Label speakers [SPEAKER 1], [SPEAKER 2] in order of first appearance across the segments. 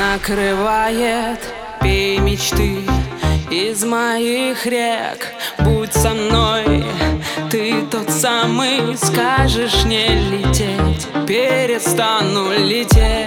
[SPEAKER 1] накрывает. Пей мечты из моих рек. Будь со мной, ты тот самый. Скажешь не лететь, перестану лететь.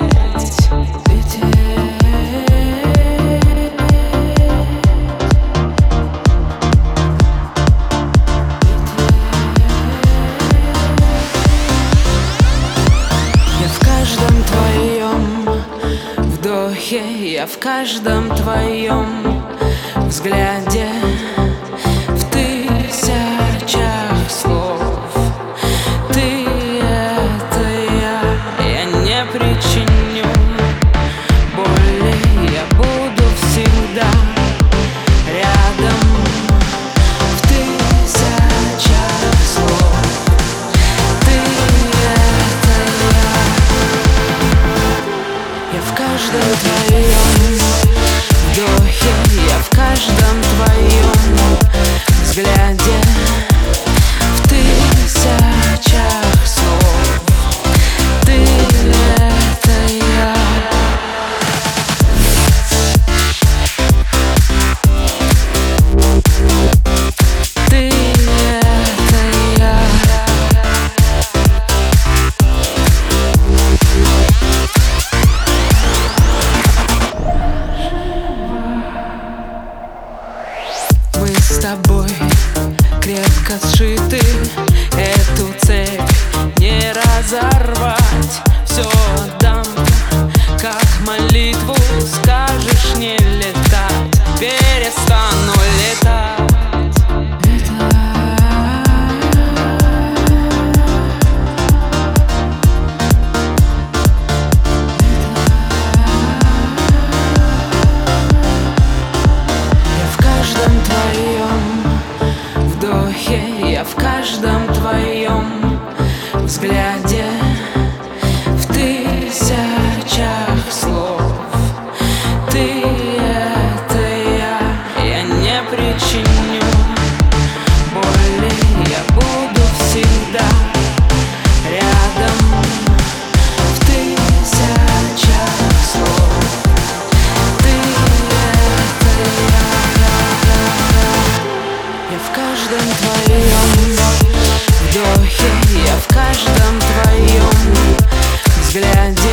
[SPEAKER 1] Я в каждом твоем взгляде, в тысячах слов. Ты — это я не причиню боли. Я буду всегда рядом, в тысячах слов. Ты — это я в каждом твоем вдохе, я в каждом твоем взгляде, в тысячах слов. Ты — это я. Ты — это я. С тобой крепко сшиты, эту цепь не разорвать. Все отдам, как молитву. Скажешь не летать, перестану летать. Я в каждом твоем взгляде, в тысячах слов. Ты — это я не причиню боли. Я буду всегда рядом, в тысячах слов. Ты — это я в каждом твоем вдохе, я в каждом твоем взгляде.